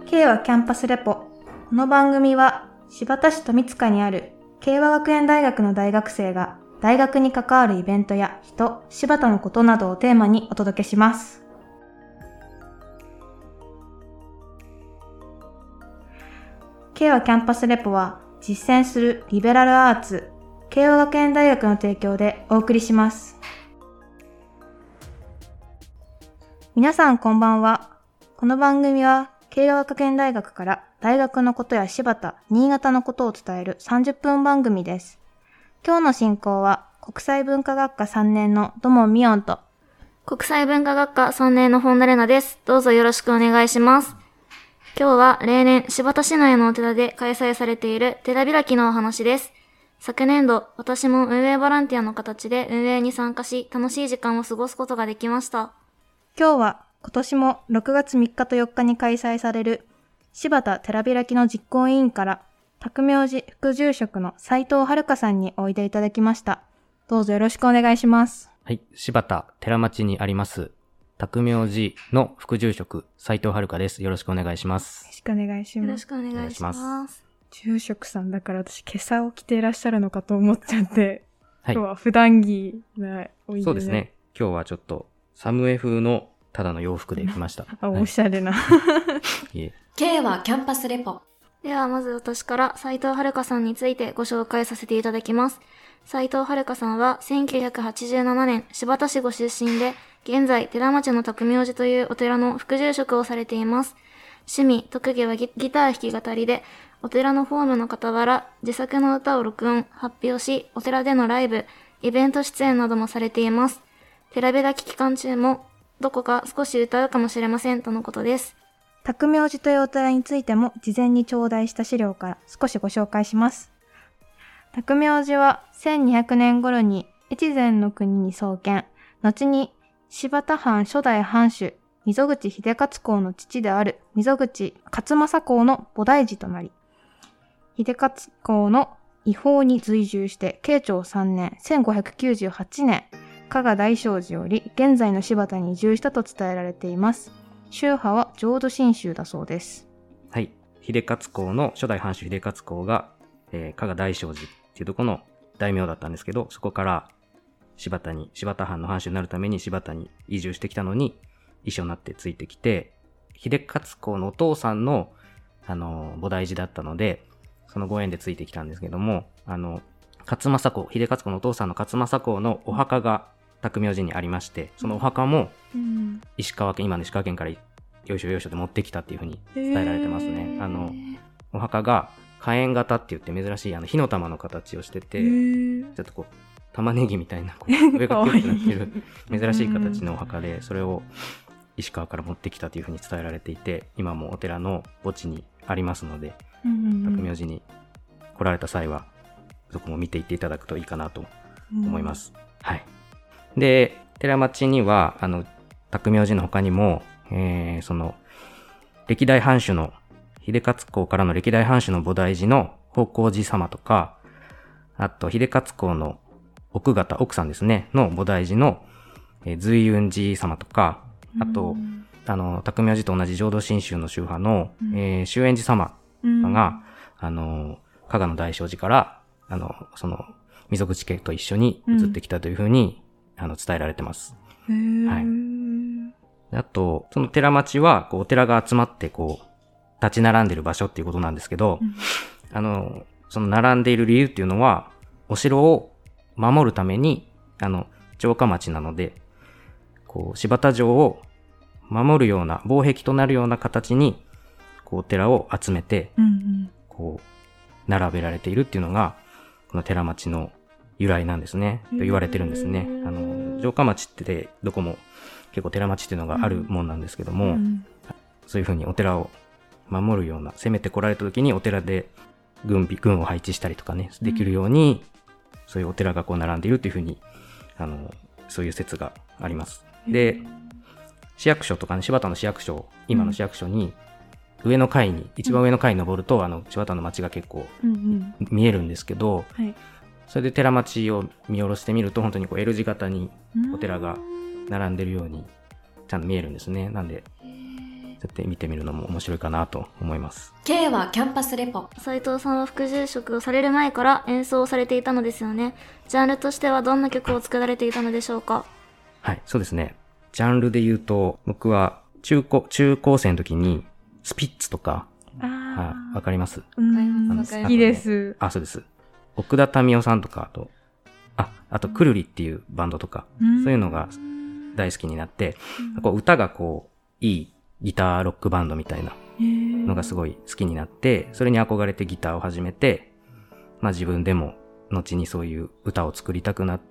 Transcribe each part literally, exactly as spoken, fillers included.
慶和キャンパスレポ。この番組は新発田市富塚にある慶和学園大学の大学生が大学に関わるイベントや人、新発田のことなどをテーマにお届けします。慶和キャンパスレポは実践するリベラルアーツ、慶和学園大学の提供でお送りします。皆さんこんばんは。この番組は慶和学園大学から大学のことや新発田、新潟のことを伝えるさんじゅっぷん番組です。今日の進行は国際文化学科さんねんの土門美音と国際文化学科さんねんの本田玲奈です。どうぞよろしくお願いします。今日は例年新発田市内のお寺で開催されている寺開きのお話です。昨年度、私も運営ボランティアの形で運営に参加し、楽しい時間を過ごすことができました。 今日は今年もろくがつみっかとよっかに開催される新発田寺開きの実行委員から宅明寺副住職の斉藤遥さんにおいでいただきました。どうぞよろしくお願いします。 はい、新発田寺町にあります宅明寺の副住職斉藤遥です。よろしくお願いします。 よろしくお願いします。 よろしくお願いします。 住職さんだから私今朝を着ていらっしゃるのかと思っちゃって、 はい、 今日は普段着なおいでね。 そうですね。今日はちょっとサムエ風のただの洋服で来ました。 あ、おしゃれな。 いえ。 K はキャンパスレポ。 ではまず私から斉藤遥さんについてご紹介させていただきます。斉藤遥さんはせんきゅうひゃくはちじゅうななねん新発田市ご出身で、現在寺町の宅明寺というお寺の副住職をされています。趣味、特技は ギ, ギター弾き語りで、お寺のフォームの傍ら自作の歌を録音、発表し、お寺でのライブ、イベント出演などもされています。寺開き期間中もどこか少し歌うかもしれませんとのことです。 宅明寺というお寺についても事前に頂戴した資料から少しご紹介します。宅明寺はせんにひゃくねん頃に越前の国に創建、後に新発田藩初代藩主溝口秀勝公の父である溝口勝正公の菩提寺となり、秀勝公の遺宝に随従して慶長さんねんせんごひゃくきゅうじゅうはちねん加賀大聖寺より現在の新発田に移住したと伝えられています。宗派は浄土真宗だそうです。 はい。秀勝公の初代藩主秀勝公が、えー、加賀大聖寺っていうところの大名だったんですけど、そこから新発田に、新発田藩の藩主になるために新発田に移住してきたのに、一緒になってついてきて、秀勝公のお父さんの、あの、菩提寺だったので、そのご縁でついてきたんですけども、あの、勝正公、秀勝公のお父さんの勝正公のお墓が宅明寺にありまして、そのお墓も石川県、今の石川県からよいしょよいしょで持ってきたっていうふうに伝えられてますね。あの、お墓が火炎型って言って珍しいあの火の玉の形をしてて、ちょっとこう、玉ねぎみたいな、こう上がキュッとなってる珍しい形のお墓で、それを石川から持ってきたというふうに伝えられていて、今もお寺の墓地にありますので、宅明寺に来られた際は、そこも見ていっていただくといいかなと思います。はい。で、寺町には、あの、宅明寺の他にも、えー、その、歴代藩主の、秀勝公からの歴代藩主の菩提寺の宝光寺様とか、あと、秀勝公の奥方、奥さんですね、の菩提寺の、えー、随雲寺様とか、あと、あの、宅明寺と同じ浄土真宗の宗派の、うん、えー、修縁寺様が、あの、加賀の大聖寺から、あの、その、溝口家と一緒に移ってきたというふうに、うん、あの、伝えられてます。 へー。 はい。あと、その寺町は、こう、お寺が集まって、こう、立ち並んでる場所っていうことなんですけど、うん、あの、その並んでいる理由っていうのは、お城を守るために、あの、城下町なので、こう、新発田城を守るような、防壁となるような形に、こう、お寺を集めて、うんうん、こう、並べられているっていうのが、この寺町の由来なんですね。と言われてるんですね。あの、城下町ってどこも結構寺町っていうのがあるもんなんですけども、うん、そういうふうにお寺を守るような、攻めて来られた時にお寺で軍備、軍を配置したりとかね、できるように、うん、そういうお寺がこう並んでいるっていうふうに、あの、そういう説があります。で、市役所とかね、新発田の市役所、今の市役所に、上の階に、一番上の階に登ると、うん、あの、新発田の町が結構見えるんですけど、うんうん、はい、それで寺町を見下ろしてみると、本当にこう L 字型にお寺が並んでるようにちゃんと見えるんですね。なんで、 やって見てみるのも面白いかなと思います。 K はキャンパスレポ。 斉藤さんは副住職をされる前から演奏をされていたのですよね。ジャンルとしてはどんな曲を作られていたのでしょうか？ はい、そうですね。ジャンルで言うと、僕は中高、中高生の時にスピッツとか、ああ、わかります？ うん、 わかります。 好きです。 あ、そうです。奥田民生さんとか、あと、あ、あと、くるりっていうバンドとか、 うん、 そういうのが大好きになって、うん、こう歌がこう、いいギターロックバンドみたいなのがすごい好きになって、それに憧れてギターを始めて、まあ自分でも後にそういう歌を作りたくなって、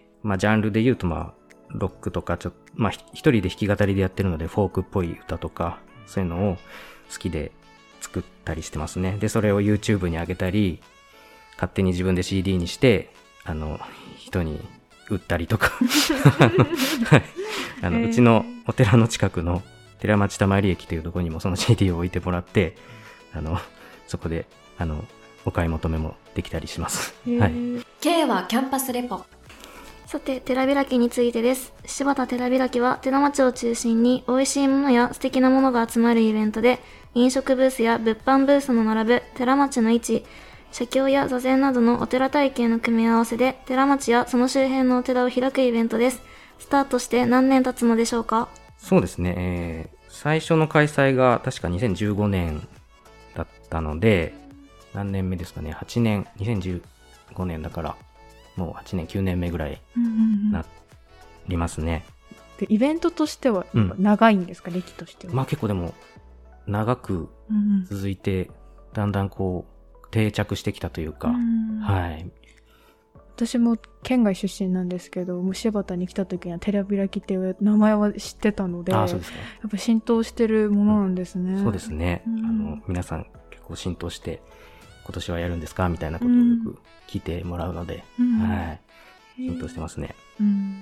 まあジャンルで言うとまあ、ロックとかちょっと、まあ一人で弾き語りでやってるのでフォークっぽい歌とか、そういうのを好きで作ったりしてますね。で、それを YouTube に上げたり、勝手に自分で シーディー にして、あの、人に売ったりとか。はい。あの、うちのお寺の近くの寺町玉入駅というところにもその シーディー を置いてもらって、あの、そこで、あの、お買い求めもできたりします。はい。 K はキャンパスレポ。 さて、寺開きについてです。柴田寺開きは寺町を中心に美味しいものや素敵なものが集まるイベントで、飲食ブースや物販ブースの並ぶ寺町の位置、写経や座禅などのお寺体系の組み合わせで、寺町やその周辺のお寺を開くイベントです。スタートして何年経つのでしょうか？ そうですね、えー、最初の開催が確かにせんじゅうごねんだったので、何年目ですかね、はちねん、にせんじゅうごねんだから、もうはちねん、きゅうねんめぐらいなりますね。 でイベントとしては長いんですか、うん、歴としては。 まあ結構でも、長く続いて、だんだんこう、定着してきたというか、うんはい。 私も県外出身なんですけど、もう柴田に来た時には寺開きっていう名前は知ってたので、 あ、そうですか。 やっぱ浸透してるものなんですね。 うん、そうですね、うん。あの皆さん結構浸透して今年はやるんですかみたいなことをよく聞いてもらうので、うんはい、浸透してますね、 うん。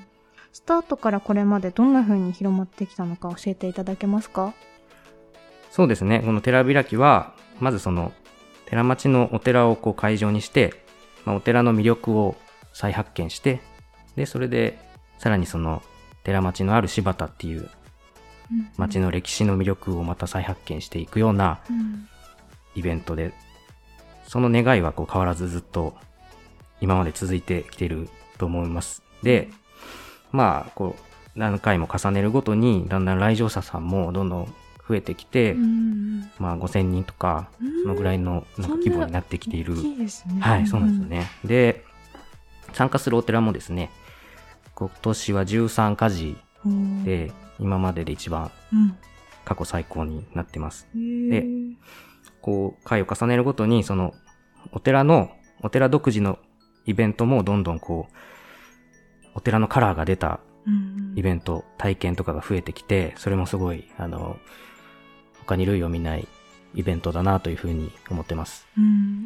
スタートからこれまでどんな風に広まってきたのか教えていただけますか？ そうですね。この寺開きはまずその寺町のお寺をこう会場にして、まあ、お寺の魅力を再発見して、で、それで、さらにその、寺町のある柴田っていう町の歴史の魅力をまた再発見していくようなイベントで、その願いはこう変わらずずっと今まで続いてきていると思います。で、まあ、こう、何回も重ねるごとに、だんだん来場者さんもどんどん増えてきて、まあごせんにんとか、そのぐらいのなんか規模になってきている。 大きいですね。 はい、そうなんですよね。で、参加するお寺もですね、今年はじゅうさんかじで、今までで一番過去最高になってます。うん、で、こう、回を重ねるごとに、その、お寺の、お寺独自のイベントもどんどんこう、お寺のカラーが出たイベント、うん、体験とかが増えてきて、それもすごい、あの、他に類を見ないイベントだなというふうに思ってます。 うん、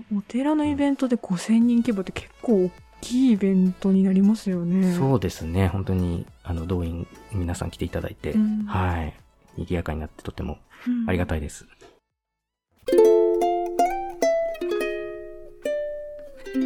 お寺のイベントでごせんにん規模って結構大きいイベントになりますよね。 そうですね。本当にあの動員皆さん来ていただいて、うん、はい、賑やかになってとてもありがたいです。 うん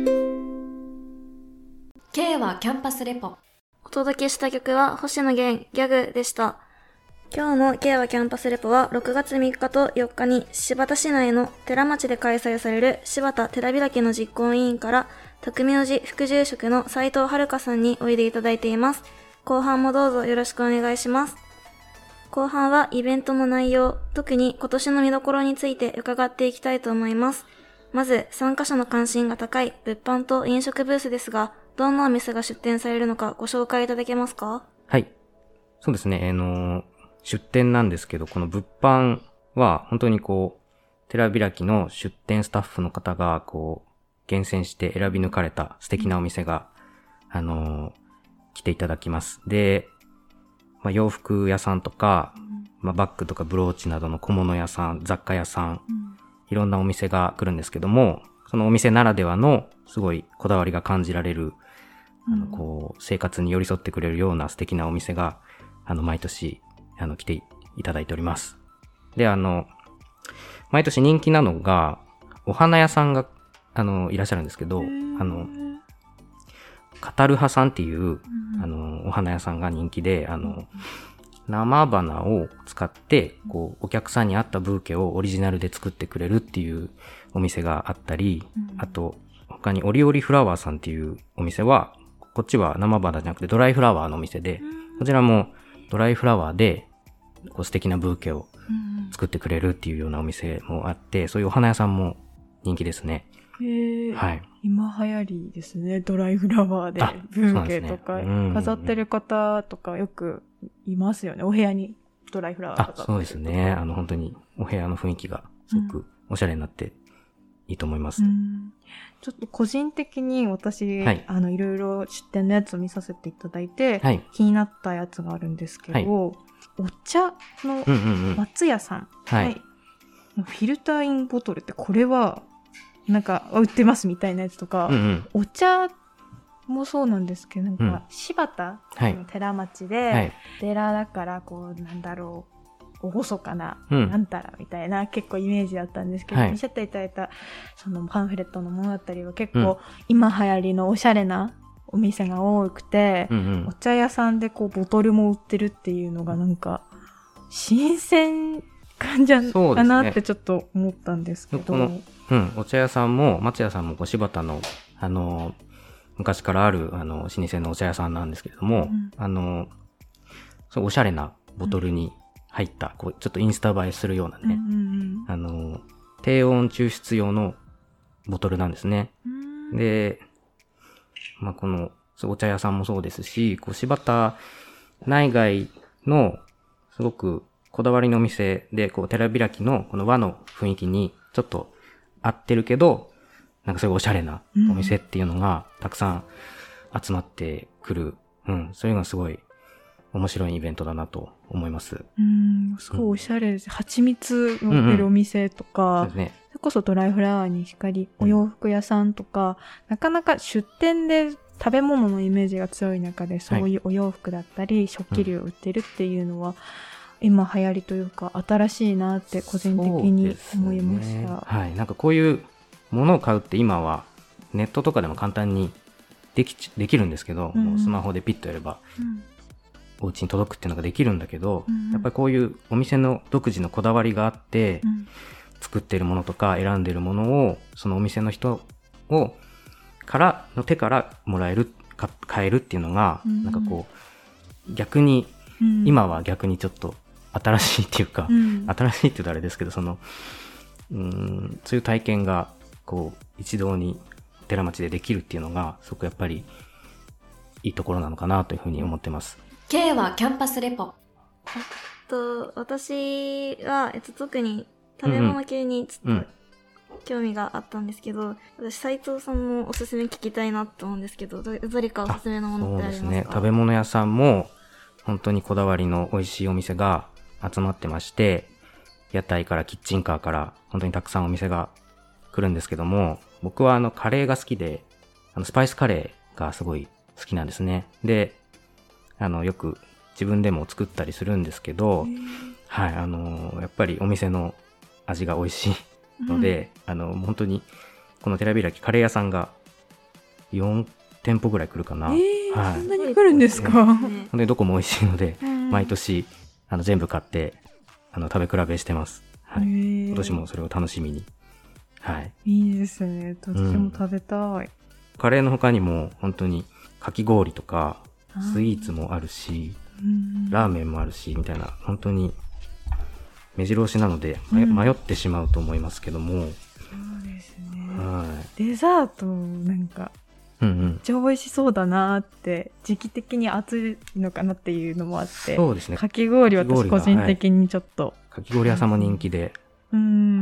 、K はキャンパスレポ。 お届けした曲は星野源ギャグでした。今日の K はキャンパスレポはろくがつみっかとよっかに柴田市内の寺町で開催される柴田寺開きの実行委員から匠おじ副住職の斉藤遥さんにおいでいただいています。後半もどうぞよろしくお願いします。後半はイベントの内容、特に今年の見どころについて伺っていきたいと思います。まず参加者の関心が高い物販と飲食ブースですが、どんなお店が出店されるのかご紹介いただけますか？ はい。そうですね。あの、出店なんですけど、この物販は本当にこう、寺開きの出店スタッフの方がこう、厳選して選び抜かれた素敵なお店が、あの、来ていただきます。で、まあ、洋服屋さんとか、まあ、バッグとかブローチなどの小物屋さん、雑貨屋さん、いろんなお店が来るんですけども、そのお店ならではのすごいこだわりが感じられる、あの、こう、生活に寄り添ってくれるような素敵なお店が、あの、毎年、あの、来ていただいております。で、あの、毎年人気なのが、お花屋さんが、あの、いらっしゃるんですけど、あの、カタルハさんっていう、あの、お花屋さんが人気で、あの、 生花を使って、こう、お客さんに合ったブーケをオリジナルで作ってくれるっていうお店があったり、うん、あと、他にオリオリフラワーさんっていうお店は、こっちは生花じゃなくてドライフラワーのお店で、うん、こちらもドライフラワーで、こう素敵なブーケを作ってくれるっていうようなお店もあって、そういうお花屋さんも人気ですね。 へえ、はい。今流行りですね。ドライフラワーでブーケとか、ね、飾ってる方とかよくいますよね。お部屋にドライフラワー飾ってる。 あ、そうですね。あの本当にお部屋の雰囲気がすごくおしゃれになっていいと思います。 うん、ちょっと個人的に私、はい、あのいろいろ出店のやつを見させていただいて、はい、気になったやつがあるんですけど、はい、お茶の松屋さん、うんうんうん、はい、フィルターインボトルってこれはなんか売ってますみたいなやつとか、うんうん、お茶もそうなんですけど、なんか柴田の寺町で、はい、寺だからこうなんだろう、厳かな、うん、なんたらみたいな結構イメージだったんですけど、はい、見せていただいたそのパンフレットのものだったりは結構、うん、今流行りのおしゃれなお店が多くて、うんうん、お茶屋さんでこうボトルも売ってるっていうのがなんか新鮮感じゃかなってちょっと思ったんですけど、 うん、お茶屋さんも松屋さんもこう柴田のあの昔からあるあの老舗のお茶屋さんなんですけれども、うん、あのそうおしゃれなボトルに入った、うん、こうちょっとインスタ映えするようなね、うんうんうん、あの低温抽出用のボトルなんですね。うん、で、まあこのお茶屋さんもそうですし、こう柴田内外のすごくこだわりのお店でこう寺開きのこの和の雰囲気にちょっと合ってるけど、なんかそういうおしゃれなお店っていうのがたくさん集まってくる。うん。そういうのがすごい面白いイベントだなと思います。 うん。すごいおしゃれです。蜂蜜の売ってるお店とか、うんうん、そうですね。それこそドライフラワーにしかり、お洋服屋さんとか、うん、なかなか出店で食べ物のイメージが強い中で、そういうお洋服だったり、はい、食器類を売ってるっていうのは、うん、今流行りというか新しいなって個人的に思いました、ね、 はい、なんかこういうものを買うって今はネットとかでも簡単にできできるんですけど、うん、もうスマホでピッとやれば、うん、お家に届くっていうのができるんだけど、うん、やっぱりこういうお店の独自のこだわりがあって、うん、作っているものとか選んでいるものをそのお店の人をからの手からもらえるか買えるっていうのが、うん、なんかこう逆に、うん、今は逆にちょっと新しいっていうか、うん、新しいって言うとあれですけど、その、うーん、そういう体験が、こう、一堂に寺町でできるっていうのが、すごくやっぱり、いいところなのかなというふうに思ってます。 K はキャンパスレポ。 えっと、私は、えっと、特に食べ物系にちょっと興味があったんですけど、うんうん、私、斉藤さんもおすすめ聞きたいなと思うんですけど、どれかおすすめのものってありますか？そうですね。 食べ物屋さんも、本当にこだわりの美味しいお店が集まってまして、屋台からキッチンカーから本当にたくさんお店が来るんですけども、僕はあのカレーが好きで、あのスパイスカレーがすごい好きなんですね。で、あのよく自分でも作ったりするんですけど、はい、あのやっぱりお店の味が美味しいので、うん、あの本当にこの寺開きカレー屋さんがよん店舗ぐらい来るかな。 えーはい、そんなに来るんですか？ 本当にどこも美味しいので、うん、毎年あの全部買ってあの食べ比べしてます。はい。今年もそれを楽しみに。はい。 いいですね。とっても食べたい、うん。 カレーの他にも本当にかき氷とかスイーツもあるし、ラーメンもあるしみたいな本当に目白押しなので、うん、迷ってしまうと思いますけども。そうですね。 はい。 デザートなんか。うんうん、めっちゃ美味しそうだなーって時期的に暑いのかなっていうのもあって、 そうですね。 かき氷は私個人的にちょっと、はい、 かき氷屋さんも人気で、 うん、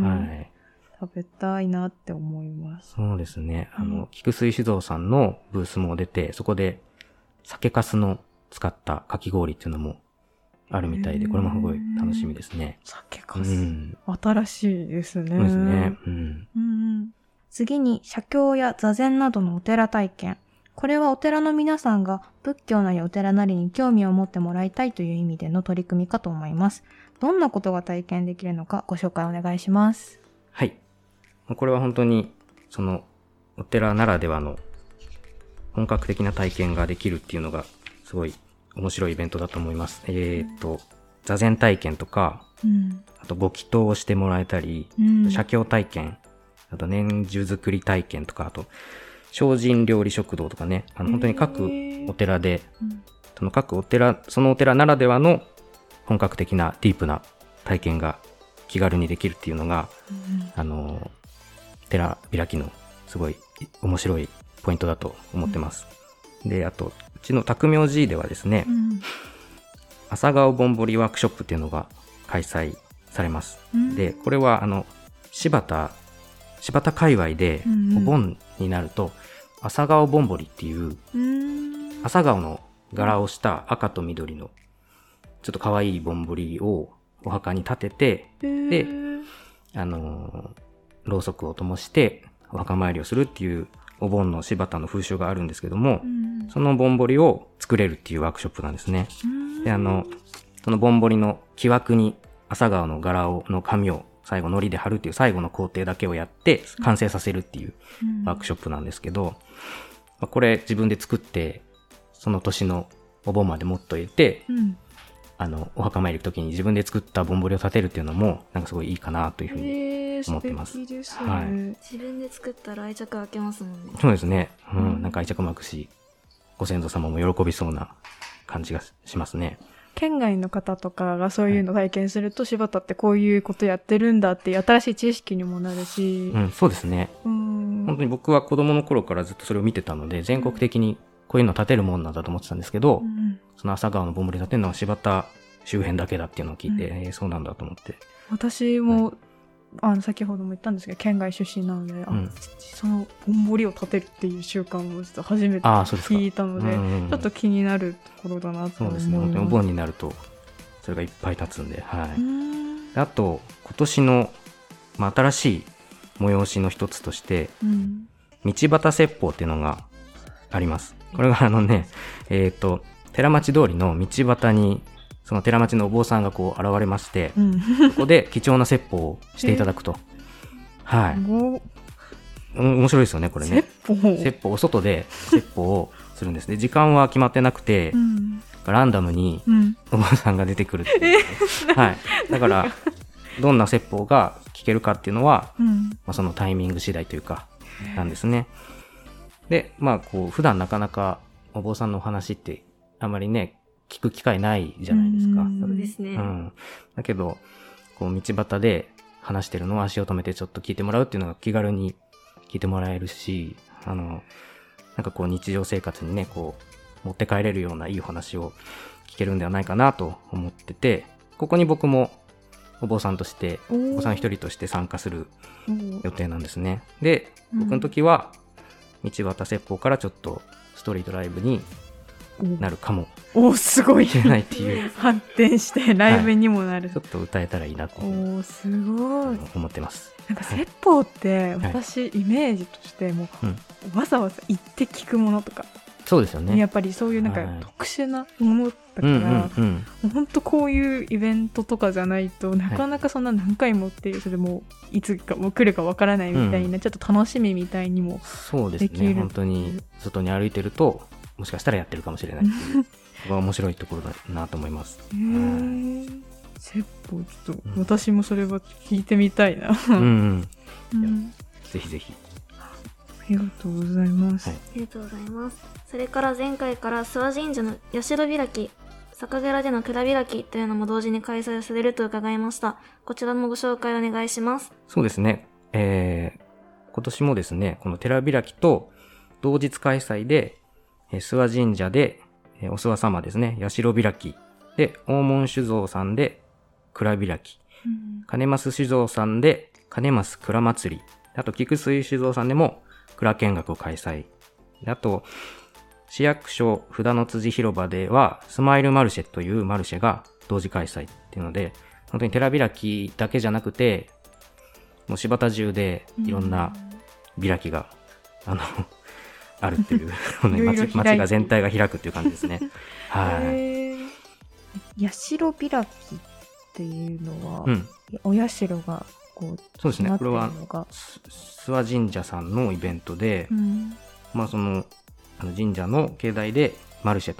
はい、食べたいなって思います。 そうですね。あの菊水酒造さんのブースも出て、そこで酒粕の使ったかき氷っていうのもあるみたいで、これもすごい楽しみですね。 酒粕、うん、新しいですね。 そうですね。うん。 うん次に写経や座禅などのお寺体験。これはお寺の皆さんが仏教なりお寺なりに興味を持ってもらいたいという意味での取り組みかと思います。どんなことが体験できるのかご紹介お願いします。 はい。これは本当にそのお寺ならではの本格的な体験ができるっていうのがすごい面白いイベントだと思います。えっと、座禅体験とか、 うん、 あとご祈祷をしてもらえたり、 うん、 写経体験、あと年中作り体験とか、あと精進料理食堂とかね、あの本当に各お寺で、 うん、 その各お寺、そのお寺ならではの本格的なディープな体験が気軽にできるっていうのが、 うん、 あの、寺開きのすごい面白いポイントだと思ってます。うん、で、あと、うちの匠明寺ではですね、うん、朝顔ぼんぼりワークショップっていうのが開催されます。うん、で、これはあの、柴田、柴田界隈でお盆になると、朝顔ぼんぼりっていう、朝顔の柄をした赤と緑のちょっと可愛いぼんぼりをお墓に立てて、で、あのー、ろうそくを灯してお墓参りをするっていうお盆の柴田の風習があるんですけども、そのぼんぼりを作れるっていうワークショップなんですね。で、あの、そのぼんぼりの木枠に朝顔の柄をの紙を最後糊で貼るっていう最後の工程だけをやって完成させるっていうワークショップなんですけど、まあ、これ自分で作ってその年のお盆まで持っといて、うん、あのお墓参り行くときに自分で作ったぼんぼりを立てるっていうのもなんかすごいいいかなというふうに思ってます。 えー、素敵ですね。 はい、 自分で作ったら愛着開けますもんね。 そうですね。うん、うん、なんか愛着も湧くし、ご先祖様も喜びそうな感じがしますね。 県外の方とかがそういうのを体験すると、はい、柴田ってこういうことやってるんだっていう新しい知識にもなるし、 うん、そうですね。うん、本当に僕は子供の頃からずっとそれを見てたので、全国的にこういうのを立てるもんなんだと思ってたんですけど、うん、その朝顔のぼんぼり立てるのは柴田周辺だけだっていうのを聞いて、うん、えー、そうなんだと思って。 私も、はい、あの先ほども言ったんですけど県外出身なので、うん、そのぼんぼりを立てるっていう習慣を実は初めて聞いたの で, で、うんうん、ちょっと気になるところだなと思います。そうですね。本当にお盆になるとそれがいっぱい立つんで、はい。あと今年の、まあ、新しい催しの一つとして、うん、道端説法っていうのがあります。これがあのね、えっと寺町通りの道端にその寺町のお坊さんがこう現れまして、うん、そこで貴重な説法をしていただくと。はい。お面白いですよね、これね。 説法説法、お外で説法をするんですね。時間は決まってなくて、うん、ランダムにお坊さんが出てくるっていう、うん、はい。だから、どんな説法が聞けるかっていうのは、うんまあ、そのタイミング次第というか、なんですね。で、まあ、こう、普段なかなかお坊さんのお話ってあまりね、聞く機会ないじゃないですか。 そうですね。 うん。だけど、こう道端で話してるのを足を止めてちょっと聞いてもらうっていうのが気軽に聞いてもらえるし、あの、なんかこう日常生活にね、こう持って帰れるようないいお話を聞けるんではないかなと思ってて、ここに僕もお坊さんとして、お坊さん一人として参加する予定なんですね。で、僕の時は道端説法からちょっとストリートライブになるかもおすごいしれないっていう発展してライブにもなる、 はい、ちょっと歌えたらいいなとおすごい思ってます。 なんか説法って私、はい、イメージとしてもう、うん、わざわざ行って聞くものとかそうですよね。 やっぱりそういうなんか特殊なものだから、はい、うんうんうん、もう本当こういうイベントとかじゃないとなかなかそんな何回もっていう、はい、それもいつかも来るかわからないみたいな、うん、ちょっと楽しみみたいにもできる。 そうですね。本当に外に歩いてるともしかしたらやってるかもしれないっていうそこが面白いところだなと思います。 へー、説法ちょっと、うん、私もそれは聞いてみたいなうん、 うんうん、ぜひぜひ。 ありがとうございます、はい、 ありがとうございます。それから前回から諏訪神社の社開き、酒蔵での蔵開きというのも同時に開催されると伺いました。こちらもご紹介お願いします。 そうですね、えー、今年もですねこの寺開きと同日開催で諏訪神社でお諏訪様ですね社開きで大門酒造さんで蔵開き、うん、金増酒造さんで金増蔵祭り、あと菊水酒造さんでも蔵見学を開催。あと、市役所札の辻広場では、スマイルマルシェというマルシェが同時開催っていうので、本当に寺開きだけじゃなくて、もう柴田中でいろんな開きが、うん、あの、あるっていう、ね、街, 街が全体が開くっていう感じですね。はい。 社開きっていうのは、うん、お社が、 そうですね。これは諏訪神社さんのイベントで、うん、まあそのあの神社の境内でマルシェとか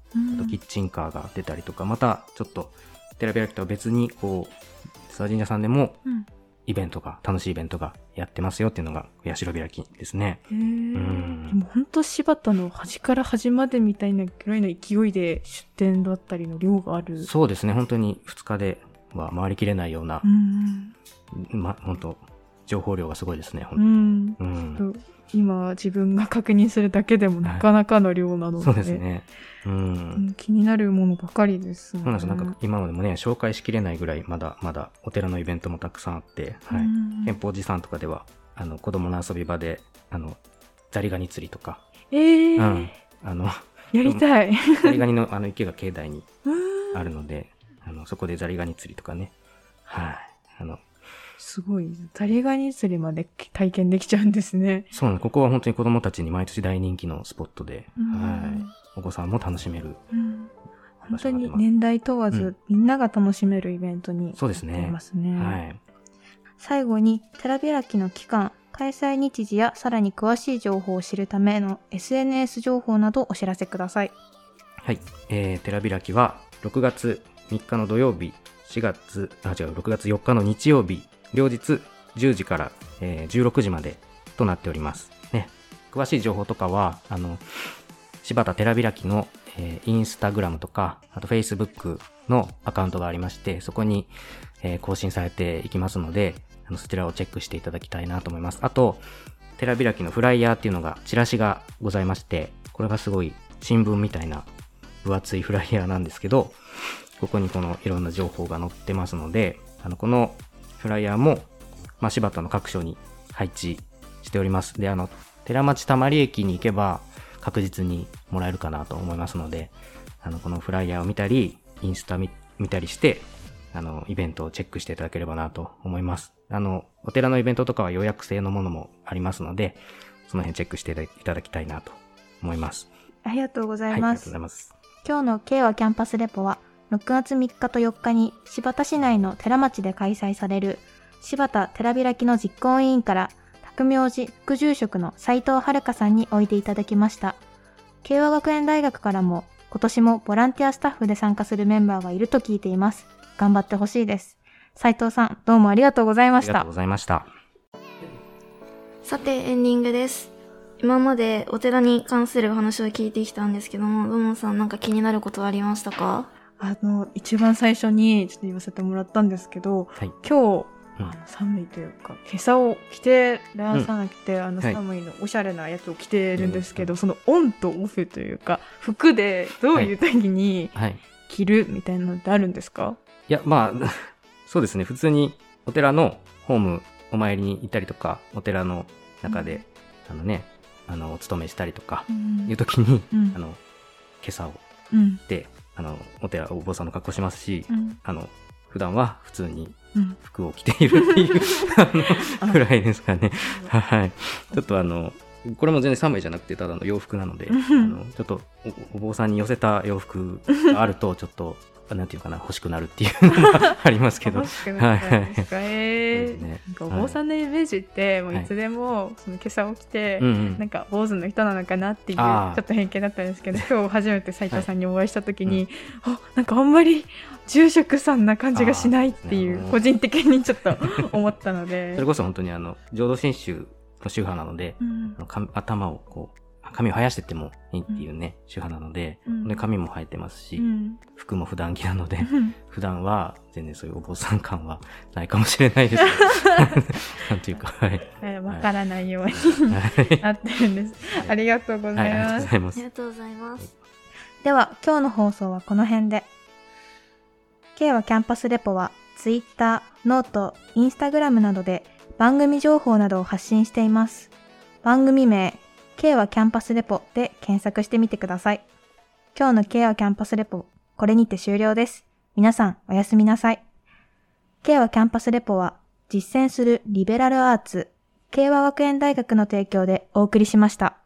うんあとキッチンカーが出たりとか、またちょっと寺開きとは別にこう諏訪神社さんでもうんイベントが、楽しいイベントがやってますよっていうのが社開きですね。 へーうんでも本当柴田の端から端までみたいなぐらいの勢いで出店だったりの量がある。 そうですね、本当にふつかでは回りきれないような、 うんま、本当情報量がすごいですね、 う本ん。 当に。うんちょっと今自分が確認するだけでもなかなかの量なので、 そうですね。うん。 うん気になるものばかりですね。 そうなんです。なんか今までもね、紹介しきれないぐらい、まだまだお寺のイベントもたくさんあって、はい。 うん憲法寺さんとかでは、あの、子供の遊び場で、あの、ザリガニ釣りとか、 えーうん。あの、 やりたい。 ザリガニのあの池が境内にうんあるので、あの、そこでザリガニ釣りとかね、はい。あの、 すごい。ザリガニ釣りまで体験できちゃうんですね。 そうなの、ここは本当に子供たちに毎年大人気のスポットで、 うんはい。お子さんも楽しめる。 うん本当に場所になってます年代問わず、 うんみんなが楽しめるイベントにそうですねなっていますね。 はい。 最後に、寺開きの期間、開催日時やさらに詳しい情報を知るための エスエヌエス 情報などお知らせください。 はい。えー、寺開きは、ろくがつみっかの土曜日、しがつ、あ、違う、ろくがつよっかの日曜日、両日じゅうじから、えー、じゅうろくじまでとなっております。ね。詳しい情報とかは、あの、柴田寺開きの、えーインスタグラムとか、あとフェイスブックのアカウントがありまして、そこに、えー更新されていきますので、あのそちらをチェックしていただきたいなと思います。あと、寺開きのフライヤーっていうのが、チラシがございまして、これがすごい新聞みたいな分厚いフライヤーなんですけど、ここにこのいろんな情報が載ってますので、あの、このフライヤーも、まあ、柴田の各所に配置しております。で、あの、寺町たまり駅に行けば確実にもらえるかなと思いますので、あの、このフライヤーを見たり、インスタ見見たりして、あの、イベントをチェックしていただければなと思います。あの、お寺のイベントとかは予約制のものもありますので、その辺チェックしていただきたいなと思います。 ありがとうござはい、ありがとういます。 ございます。 今日の慶和キャンパスレポは、ろくがつみっかとよっかに柴田市内の寺町で開催される柴田寺開きの実行委員から匠明寺副住職の斉藤遥さんにおいでいただきました。慶和学園大学からも今年もボランティアスタッフで参加するメンバーがいると聞いています。頑張ってほしいです。斉藤さん、どうもありがとうございましたありがとうご。ざいました。 さて、エンディングです。今までお寺に関するお話を聞いてきたんですけども、どのさんなんか気になることはありましたか？ あの、一番最初にちょっと言わせてもらったんですけど、 はい。 今日、 うんあの寒いというか、今朝を着てらさなくて、あのはい寒いの、おしゃれなやつを着てるんですけど、そのオンとオフというか、服でどういう時にはい。 着るみたいなのってあるんですか？ いや、まあ、そうですね。普通にお寺のホームお参りに行ったりとか、お寺の中で、あのね、あの、お勤めしたりとか、 うんいう時に、 うんあの、今朝をうん着て、あの、お寺、お坊さんの格好しますし、 うんあの、普段は普通にうん服を着ているっていう、ああの、くらいですかね。はい。ちょっとあの、これも全然寒いじゃなくて、ただの洋服なので、あうんの、ちょっとお、お坊さんに寄せた洋服があると、ちょっと、なんていうかな、欲しくなるっていうのがありますけど。 欲しくなったんですか？えーそうですねなんかお坊さんのイメージって、もういつでも、その今朝起きて、 うんうんなんか坊主の人なのかなっていうちょあーっと偏見だったんですけど、今日初めて斉藤さんにお会いした時に、あ、なんかあんまり住職さんな感じがしないっていう、 あーそうですね個人的にちょっと思ったので。 それこそ本当にあの、浄土真宗の宗派なので、 うんあの髪頭をこう、髪を生やしてってもいいっていうね、宗派なので、 うんで髪も生えてますし、 うん服も普段着なので、 うん普段は全然そういうお坊さん感はないかもしれないですけど。なんていうか、はい。 えーわからないようにはい。 なってるんです。ありがとうござはい、 いありがます。 とうございますあり。がとうございます。 では、今日の放送はこの辺で。K はキャンパスレポは Twitter、ノート、Instagram などで番組情報などを発信しています。番組名 K はキャンパスレポで検索してみてください。今日の K はキャンパスレポ、これにて終了です。皆さんおやすみなさい。K はキャンパスレポは実践するリベラルアーツ、慶和学園大学の提供でお送りしました。